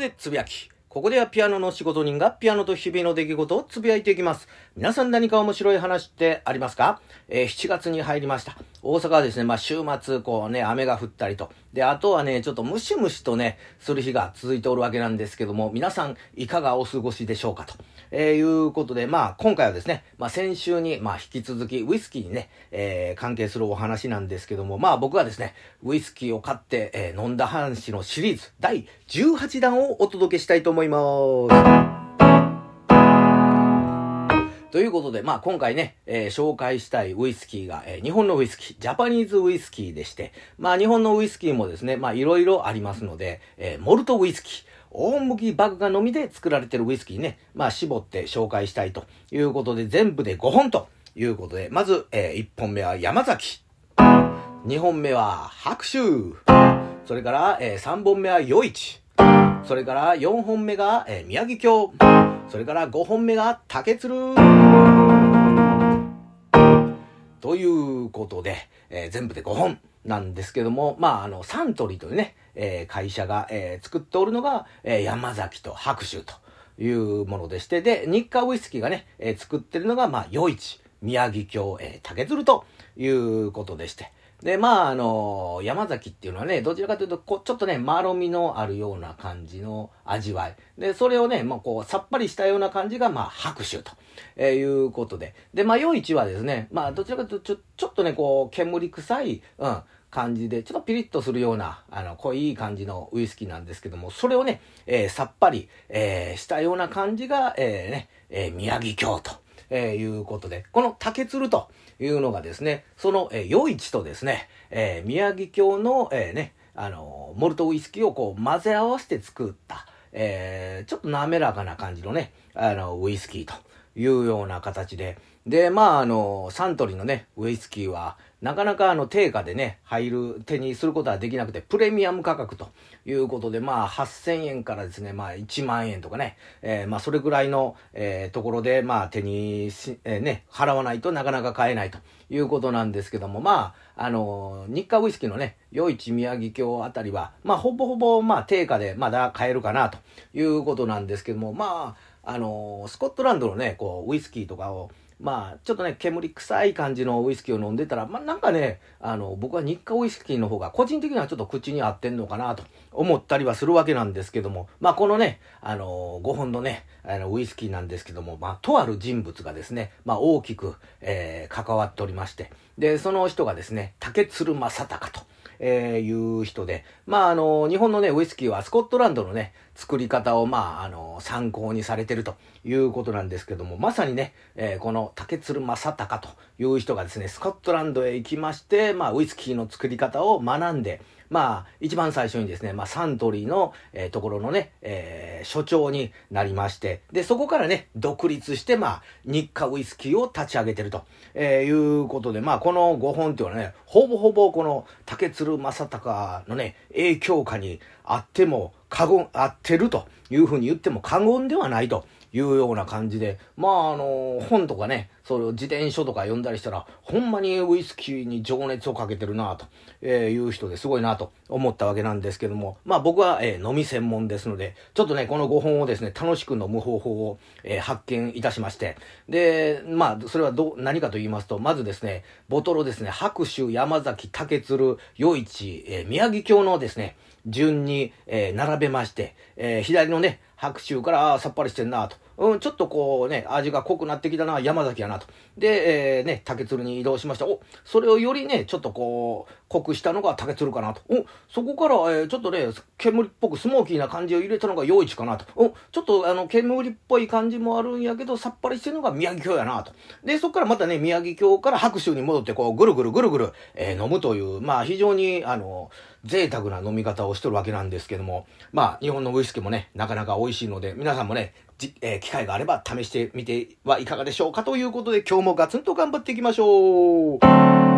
でつぶやき。ここではピアノの仕事人がピアノと日々の出来事をつぶやいていきます。皆さん何か面白い話ってありますか？7月に入りました。大阪はですね、週末雨が降ったりと。で、あとはね、ちょっとムシムシとね、する日が続いておるわけなんですけども、皆さんいかがお過ごしでしょうかと。いうことで、今回はですね、先週に引き続きウイスキーにね、関係するお話なんですけども、僕はですね、ウイスキーを買って、飲んだ話のシリーズ第18弾をお届けしたいと思います。ということで、今回ね、紹介したいウイスキーが、日本のウイスキー、ジャパニーズウイスキーでして、日本のウイスキーもですね、いろいろありますので、モルトウイスキー、大麦麦芽のみで作られているウイスキーね、絞って紹介したいということで、全部で5本ということで、まず、1本目は山崎、2本目は白州、それから、3本目は余市、それから4本目が、宮城京、それから5本目が竹鶴ということで、全部で5本なんですけども、サントリーというね、会社が、作っておるのが、山崎と白州というものでして、で、日課ウイスキーがね、作ってるのが、余市、宮城京、竹鶴ということでして、で、山崎っていうのはね、どちらかというと、ちょっとね、まろみのあるような感じの味わい。で、それをね、さっぱりしたような感じが、白州と、いうことで。で、余市はですね、どちらかというと、ちょっとね、煙臭い、感じで、ちょっとピリッとするような、濃い感じのウイスキーなんですけども、それをね、さっぱり、したような感じが、宮城京と、いうことで、この竹鶴というのがですね、その、余市とですね、宮城京の、モルトウイスキーを混ぜ合わせて作った、ちょっと滑らかな感じのね、ウイスキーというような形で、で、サントリーのね、ウイスキーは、なかなか定価でね、手にすることはできなくて、プレミアム価格ということで、8000円からですね、1万円とかね、それぐらいの、ところで、手に払わないとなかなか買えないということなんですけども、日課ウイスキーのね、余市宮城京あたりは、ほぼほぼ、定価でまだ買えるかなということなんですけども、スコットランドのね、ウイスキーとかを、ちょっとね、煙臭い感じのウイスキーを飲んでたら、なんかね、僕は日課ウイスキーの方が個人的にはちょっと口に合ってんのかなと思ったりはするわけなんですけども、このね、5本のね、ウイスキーなんですけども、とある人物がですね、大きく、関わっておりまして、で、その人がですね、竹鶴正隆と。いう人で、日本のね、ウイスキーはスコットランドのね、作り方を、参考にされてるということなんですけども、まさにね、この竹鶴正隆という人がですね、スコットランドへ行きまして、ウイスキーの作り方を学んで、一番最初にですね、サントリーの、ところのね、所長になりまして、で、そこからね、独立して、日課ウイスキーを立ち上げてると、いうことで、この5本っていうのはね、ほぼほぼこの竹鶴正隆のね、影響下にあってるというふうに言っても過言ではないというような感じで、本とかね、それを自伝書とか読んだりしたら、ほんまにウイスキーに情熱をかけてるなという人ですごいなと思ったわけなんですけども、僕は、飲み専門ですので、ちょっとね、この5本をですね、楽しく飲む方法を、発見いたしまして、で、それは何かと言いますと、まずですね、ボトルをですね、白州、山崎、竹鶴、余市、宮城京のですね、順に、並べまして、左のね、白州からさっぱりしてんなと。ちょっと味が濃くなってきたな、山崎やなと。で、竹鶴に移動しました。それをよりね、ちょっと濃くしたのが竹鶴かなと。そこから、ちょっとね、煙っぽくスモーキーな感じを入れたのが余市かなと。ちょっと煙っぽい感じもあるんやけど、さっぱりしてるのが宮城京やなと。で、そこからまたね、宮城京から白州に戻って、ぐるぐるぐるぐる、飲むという、非常に、贅沢な飲み方をしてるわけなんですけども、日本のウイスキーもね、なかなか美味しいので、皆さんもね、機会があれば試してみてはいかがでしょうかということで、今日もガツンと頑張っていきましょう。